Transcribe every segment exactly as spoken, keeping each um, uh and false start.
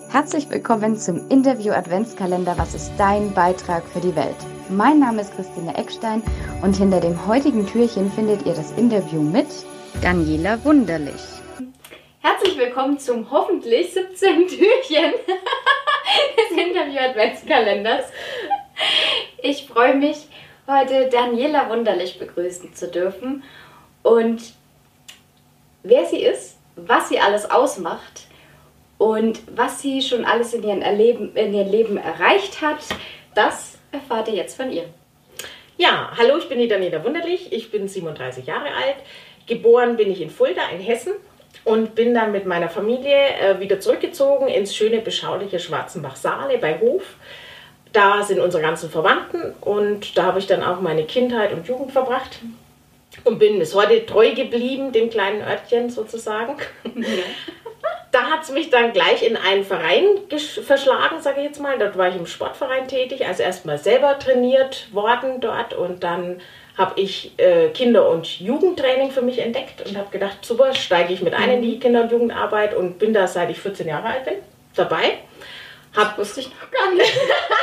Herzlich willkommen zum Interview Adventskalender Was ist dein Beitrag für die Welt? Mein Name ist Christine Eckstein und hinter dem heutigen Türchen findet ihr das Interview mit Daniela Wunderlich. Herzlich willkommen zum hoffentlich siebzehnten Türchen des Interview Adventskalenders. Ich freue mich, heute Daniela Wunderlich begrüßen zu dürfen und wer sie ist, was sie alles ausmacht und was sie schon alles in ihrem Erleben, in ihrem Leben erreicht hat, das erfahrt ihr jetzt von ihr. Ja, hallo, ich bin die Daniela Wunderlich, ich bin siebenunddreißig Jahre alt, geboren bin ich in Fulda in Hessen und bin dann mit meiner Familie äh, wieder zurückgezogen ins schöne, beschauliche Schwarzenbach-Saale bei Hof. Da sind unsere ganzen Verwandten und da habe ich dann auch meine Kindheit und Jugend verbracht und bin bis heute treu geblieben, dem kleinen Örtchen sozusagen. Ja. Da hat es mich dann gleich in einen Verein verschlagen, sage ich jetzt mal. Dort war ich im Sportverein tätig, also erstmal selber trainiert worden dort und dann habe ich äh, Kinder- und Jugendtraining für mich entdeckt und habe gedacht, super, steige ich mit ein in die Kinder- und Jugendarbeit und bin da, seit ich vierzehn Jahre alt bin, dabei. Hab, das wusste ich noch gar nicht.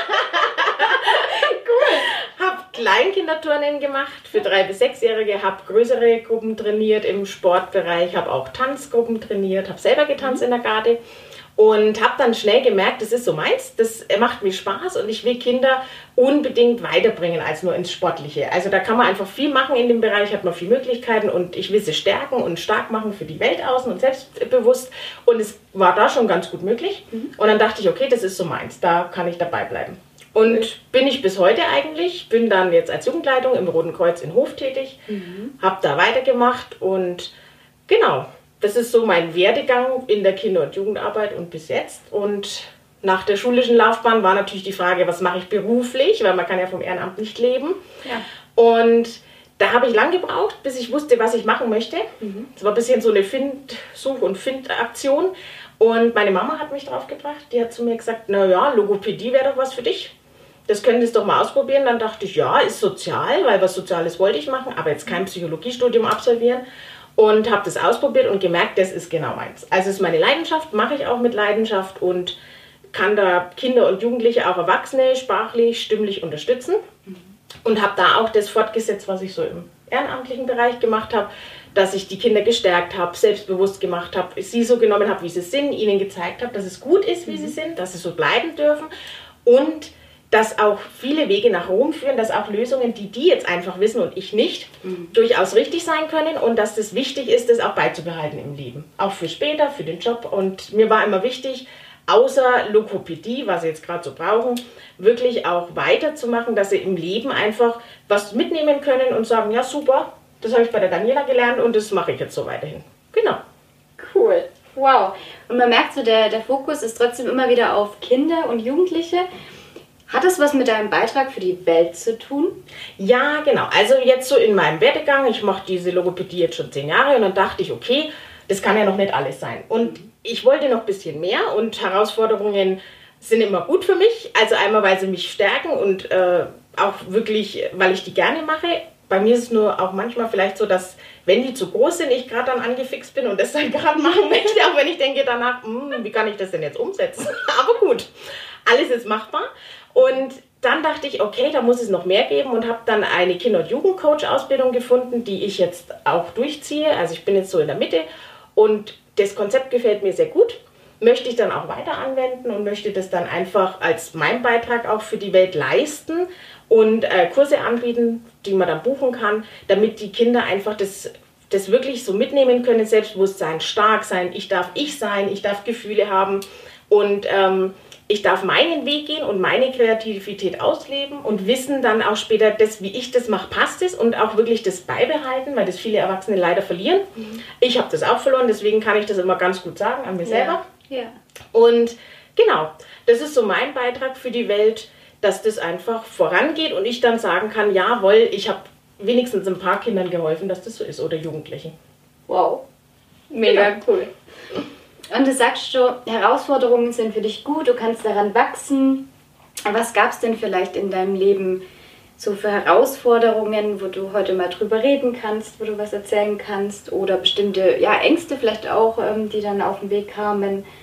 Cool. Habe Kleinkinderturnen gemacht für drei- bis sechsjährige, habe größere Gruppen trainiert im Sportbereich, habe auch Tanzgruppen trainiert, habe selber getanzt in der Garde und habe dann schnell gemerkt, das ist so meins, das macht mir Spaß und ich will Kinder unbedingt weiterbringen als nur ins Sportliche. Also da kann man einfach viel machen in dem Bereich, hat man viele Möglichkeiten und ich will sie stärken und stark machen für die Welt außen und selbstbewusst und es war da schon ganz gut möglich und dann dachte ich, okay, das ist so meins, da kann ich dabei bleiben. Und okay. Bin ich bis heute eigentlich, bin dann jetzt als Jugendleitung im Roten Kreuz in Hof tätig, mhm. habe da weitergemacht und genau, das ist so mein Werdegang in der Kinder- und Jugendarbeit und bis jetzt. Und nach der schulischen Laufbahn war natürlich die Frage, was mache ich beruflich, weil man kann ja vom Ehrenamt nicht leben. Ja. Und da habe ich lange gebraucht, bis ich wusste, was ich machen möchte. Mhm. Das war ein bisschen so eine Find-, Such- und Find-Aktion. Und meine Mama hat mich drauf gebracht, die hat zu mir gesagt, naja, Logopädie wäre doch was für dich. Das könntest du doch mal ausprobieren. Dann dachte ich, ja, ist sozial, weil was Soziales wollte ich machen, aber jetzt kein Psychologiestudium absolvieren. Und habe das ausprobiert und gemerkt, das ist genau meins. Also es ist meine Leidenschaft, mache ich auch mit Leidenschaft und kann da Kinder und Jugendliche, auch Erwachsene, sprachlich, stimmlich unterstützen. Und habe da auch das fortgesetzt, was ich so im ehrenamtlichen Bereich gemacht habe, dass ich die Kinder gestärkt habe, selbstbewusst gemacht habe, sie so genommen habe, wie sie sind, ihnen gezeigt habe, dass es gut ist, wie sie sind, dass sie so bleiben dürfen und dass auch viele Wege nach Rom führen, dass auch Lösungen, die die jetzt einfach wissen und ich nicht, mhm. durchaus richtig sein können und dass das wichtig ist, das auch beizubehalten im Leben. Auch für später, für den Job. Und mir war immer wichtig, außer Logopädie, was sie jetzt gerade so brauchen, wirklich auch weiterzumachen, dass sie im Leben einfach was mitnehmen können und sagen, ja super, das habe ich bei der Daniela gelernt und das mache ich jetzt so weiterhin. Genau. Cool. Wow. Und man merkt so, der, der Fokus ist trotzdem immer wieder auf Kinder und Jugendliche. Hat das was mit deinem Beitrag für die Welt zu tun? Ja, genau. Also jetzt so in meinem Werdegang, ich mache diese Logopädie jetzt schon zehn Jahre und dann dachte ich, okay, das kann ja noch nicht alles sein. Und ich wollte noch ein bisschen mehr und Herausforderungen sind immer gut für mich. Also einmal, weil sie mich stärken und äh, auch wirklich, weil ich die gerne mache. Bei mir ist es nur auch manchmal vielleicht so, dass wenn die zu groß sind, ich gerade dann angefixt bin und das dann gerade machen möchte, auch wenn ich denke danach, wie kann ich das denn jetzt umsetzen? Aber gut, alles ist machbar. Und dann dachte ich, okay, da muss es noch mehr geben und habe dann eine Kinder- und Jugendcoach-Ausbildung gefunden, die ich jetzt auch durchziehe. Also ich bin jetzt so in der Mitte und das Konzept gefällt mir sehr gut. Möchte ich dann auch weiter anwenden und möchte das dann einfach als mein Beitrag auch für die Welt leisten und äh, Kurse anbieten, die man dann buchen kann, damit die Kinder einfach das, das wirklich so mitnehmen können, Selbstbewusstsein, stark sein, ich darf ich sein, ich darf Gefühle haben und ähm, ich darf meinen Weg gehen und meine Kreativität ausleben und wissen dann auch später, dass, wie ich das mache, passt es und auch wirklich das beibehalten, weil das viele Erwachsene leider verlieren. Mhm. Ich habe das auch verloren, deswegen kann ich das immer ganz gut sagen an mir selber. Ja. Ja. Und genau, das ist so mein Beitrag für die Welt, dass das einfach vorangeht und ich dann sagen kann, jawohl, ich habe wenigstens ein paar Kindern geholfen, dass das so ist oder Jugendlichen. Wow, mega genau. Cool. Und du sagst schon, Herausforderungen sind für dich gut, du kannst daran wachsen. Was gab es denn vielleicht in deinem Leben so für Herausforderungen, wo du heute mal drüber reden kannst, wo du was erzählen kannst oder bestimmte ja, Ängste vielleicht auch, ähm, die dann auf den Weg kamen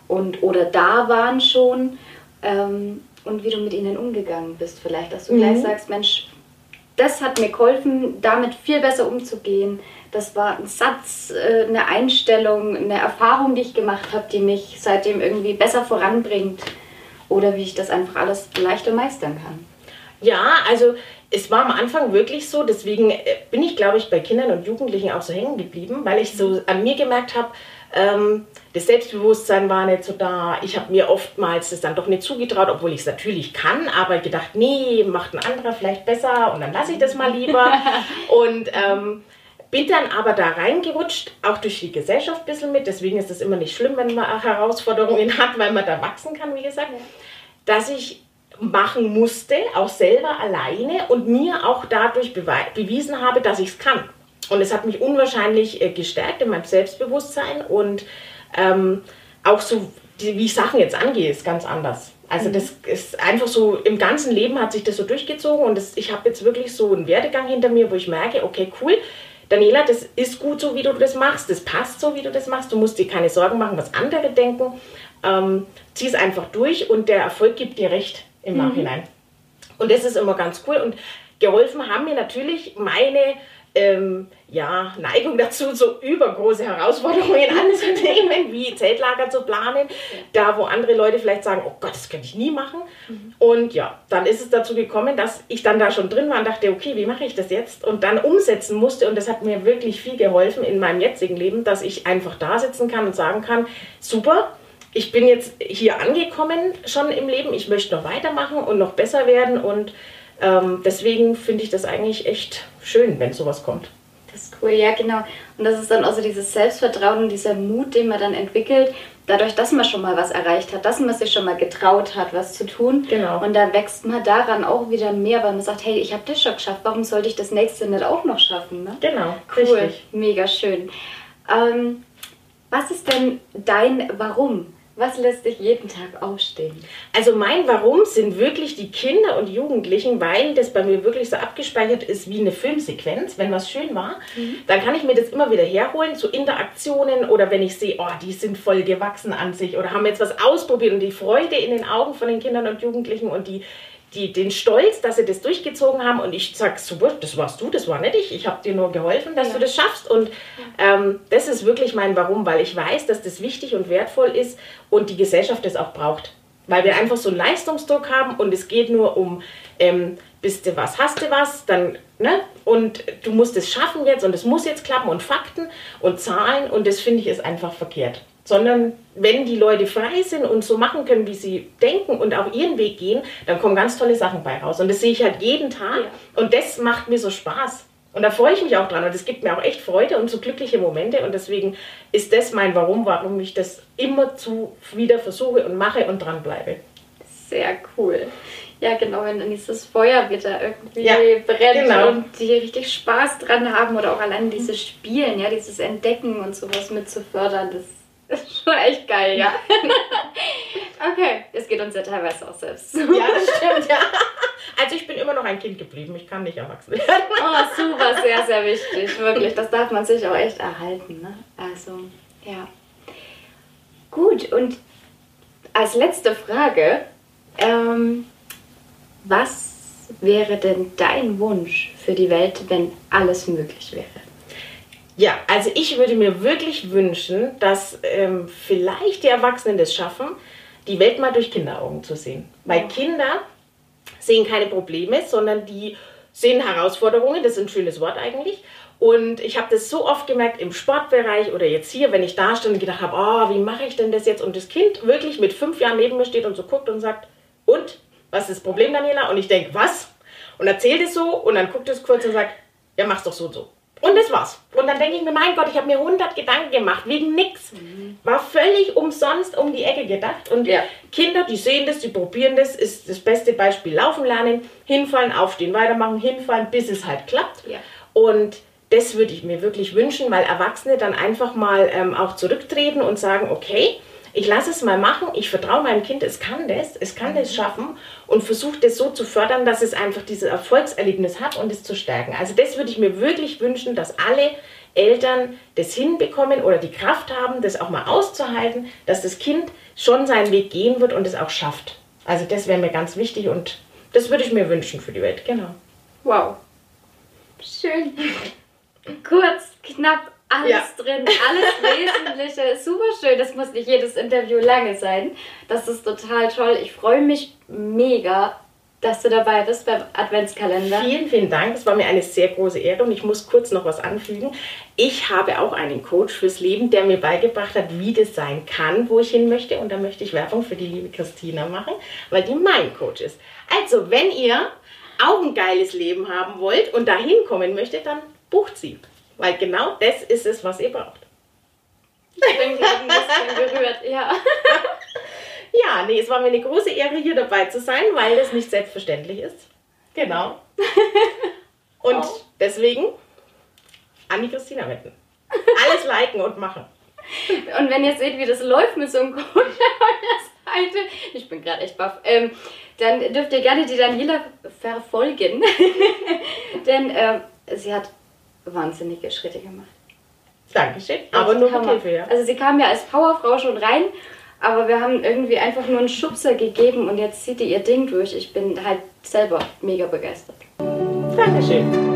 und oder da waren schon ähm, und wie du mit ihnen umgegangen bist vielleicht, dass du mhm. gleich sagst, Mensch, das hat mir geholfen, damit viel besser umzugehen. Das war ein Satz, eine Einstellung, eine Erfahrung, die ich gemacht habe, die mich seitdem irgendwie besser voranbringt. Oder wie ich das einfach alles leichter meistern kann. Ja, also es war am Anfang wirklich so, deswegen bin ich, glaube ich, bei Kindern und Jugendlichen auch so hängen geblieben, weil ich so an mir gemerkt habe, ähm, das Selbstbewusstsein war nicht so da. Ich habe mir oftmals das dann doch nicht zugetraut, obwohl ich es natürlich kann, aber gedacht, nee, macht ein anderer vielleicht besser und dann lasse ich das mal lieber. und ähm, bin dann aber da reingerutscht, auch durch die Gesellschaft ein bisschen mit. Deswegen ist es immer nicht schlimm, wenn man auch Herausforderungen hat, weil man da wachsen kann, wie gesagt. Dass ich machen musste, auch selber alleine und mir auch dadurch bewiesen habe, dass ich es kann. Und es hat mich unwahrscheinlich äh, gestärkt in meinem Selbstbewusstsein und ähm, auch so, die, wie ich Sachen jetzt angehe, ist ganz anders. Also mhm. das ist einfach so, im ganzen Leben hat sich das so durchgezogen und das, ich habe jetzt wirklich so einen Werdegang hinter mir, wo ich merke, okay, cool, Daniela, das ist gut so, wie du das machst, das passt so, wie du das machst, du musst dir keine Sorgen machen, was andere denken, ähm, zieh es einfach durch und der Erfolg gibt dir recht im mhm. Nachhinein. Und das ist immer ganz cool und geholfen haben mir natürlich meine Ähm, ja, Neigung dazu, so übergroße Herausforderungen anzunehmen, wie Zeltlager zu planen, da wo andere Leute vielleicht sagen, oh Gott, das könnte ich nie machen. Mhm. Und ja, dann ist es dazu gekommen, dass ich dann da schon drin war und dachte, okay, wie mache ich das jetzt? Und dann umsetzen musste und das hat mir wirklich viel geholfen in meinem jetzigen Leben, dass ich einfach da sitzen kann und sagen kann, super, ich bin jetzt hier angekommen schon im Leben, ich möchte noch weitermachen und noch besser werden und Ähm, deswegen finde ich das eigentlich echt schön, wenn sowas kommt. Das ist cool, ja genau. Und das ist dann auch so dieses Selbstvertrauen und dieser Mut, den man dann entwickelt, dadurch, dass man schon mal was erreicht hat, dass man sich schon mal getraut hat, was zu tun. Genau. Und da wächst man daran auch wieder mehr, weil man sagt, hey, ich habe das schon geschafft, warum sollte ich das nächste nicht auch noch schaffen? Ne? Genau, cool, richtig. Mega schön. Ähm, was ist denn dein Warum? Was lässt dich jeden Tag aufstehen? Also mein Warum sind wirklich die Kinder und Jugendlichen, weil das bei mir wirklich so abgespeichert ist wie eine Filmsequenz. Wenn was schön war, mhm. dann kann ich mir das immer wieder herholen, so Interaktionen oder wenn ich sehe, oh, die sind voll gewachsen an sich oder haben jetzt was ausprobiert und die Freude in den Augen von den Kindern und Jugendlichen und die Die, den Stolz, dass sie das durchgezogen haben und ich sage, super, das warst du, das war nicht ich, ich habe dir nur geholfen, dass ja. du das schaffst und ähm, das ist wirklich mein Warum, weil ich weiß, dass das wichtig und wertvoll ist und die Gesellschaft das auch braucht, weil wir einfach so einen Leistungsdruck haben und es geht nur um, ähm, bist du was, hast du was, dann, ne, und du musst es schaffen jetzt und es muss jetzt klappen und Fakten und Zahlen und das finde ich ist einfach verkehrt. Sondern wenn die Leute frei sind und so machen können, wie sie denken und auch ihren Weg gehen, dann kommen ganz tolle Sachen bei raus. Und das sehe ich halt jeden Tag ja. und das macht mir so Spaß. Und da freue ich mich auch dran und das gibt mir auch echt Freude und so glückliche Momente und deswegen ist das mein Warum, warum ich das immer zu wieder versuche und mache und dran bleibe. Sehr cool. Ja, genau, wenn dann dieses Feuer wieder irgendwie ja, brennt genau. und die richtig Spaß dran haben oder auch allein dieses Spielen, ja, dieses Entdecken und sowas mit zu fördern, das Das ist schon echt geil, ja. Okay, das geht uns ja teilweise auch selbst so. Ja, das stimmt, ja. Also ich bin immer noch ein Kind geblieben, ich kann nicht erwachsen werden. Oh, super, sehr, sehr wichtig, wirklich. Das darf man sich auch echt erhalten, ne? Also, ja. Gut, und als letzte Frage, ähm, was wäre denn dein Wunsch für die Welt, wenn alles möglich wäre? Ja, also ich würde mir wirklich wünschen, dass ähm, vielleicht die Erwachsenen das schaffen, die Welt mal durch Kinderaugen zu sehen. Weil Kinder sehen keine Probleme, sondern die sehen Herausforderungen, das ist ein schönes Wort eigentlich. Und ich habe das so oft gemerkt im Sportbereich oder jetzt hier, wenn ich da stand und gedacht habe, oh, wie mache ich denn das jetzt? Und das Kind wirklich mit fünf Jahren neben mir steht und so guckt und sagt, und, was ist das Problem, Daniela? Und ich denke, was? Und erzählt es so und dann guckt es kurz und sagt, ja, mach's doch so und so. Und das war's. Und dann denke ich mir, mein Gott, ich habe mir hundert Gedanken gemacht, wegen nix. Mhm. War völlig umsonst um die Ecke gedacht. Und ja. Kinder, die sehen das, die probieren das, ist das beste Beispiel. Laufen lernen, hinfallen, aufstehen, weitermachen, hinfallen, bis es halt klappt. Ja. Und das würde ich mir wirklich wünschen, weil Erwachsene dann einfach mal ähm, auch zurücktreten und sagen, okay, ich lasse es mal machen, ich vertraue meinem Kind, es kann das, es kann das schaffen und versuche das so zu fördern, dass es einfach dieses Erfolgserlebnis hat und es zu stärken. Also das würde ich mir wirklich wünschen, dass alle Eltern das hinbekommen oder die Kraft haben, das auch mal auszuhalten, dass das Kind schon seinen Weg gehen wird und es auch schafft. Also das wäre mir ganz wichtig und das würde ich mir wünschen für die Welt, genau. Wow. Schön. Kurz, knapp, alles ja. drin, alles Wesentliche. Super schön. Das muss nicht jedes Interview lange sein. Das ist total toll. Ich freue mich mega, dass du dabei bist beim Adventskalender. Vielen, vielen Dank. Es war mir eine sehr große Ehre und ich muss kurz noch was anfügen. Ich habe auch einen Coach fürs Leben, der mir beigebracht hat, wie das sein kann, wo ich hin möchte. Und da möchte ich Werbung für die liebe Christina machen, weil die mein Coach ist. Also, wenn ihr auch ein geiles Leben haben wollt und dahin kommen möchtet, dann bucht sie. Weil genau das ist es, was ihr braucht. Ich bin gerade ein bisschen berührt, ja. Ja, nee, es war mir eine große Ehre, hier dabei zu sein, weil das nicht selbstverständlich ist. Genau. Und oh. deswegen an die Christina wenden. Alles liken und machen. Und wenn ihr seht, wie das läuft mit so einem Coach an eurer Seite, ich bin gerade echt baff, ähm, dann dürft ihr gerne die Daniela verfolgen. Denn äh, sie hat wahnsinnige Schritte gemacht. Dankeschön. Aber nur mit Hilfe, ja. Also sie kam ja als Powerfrau schon rein, aber wir haben irgendwie einfach nur einen Schubser gegeben und jetzt zieht die ihr Ding durch. Ich bin halt selber mega begeistert. Dankeschön.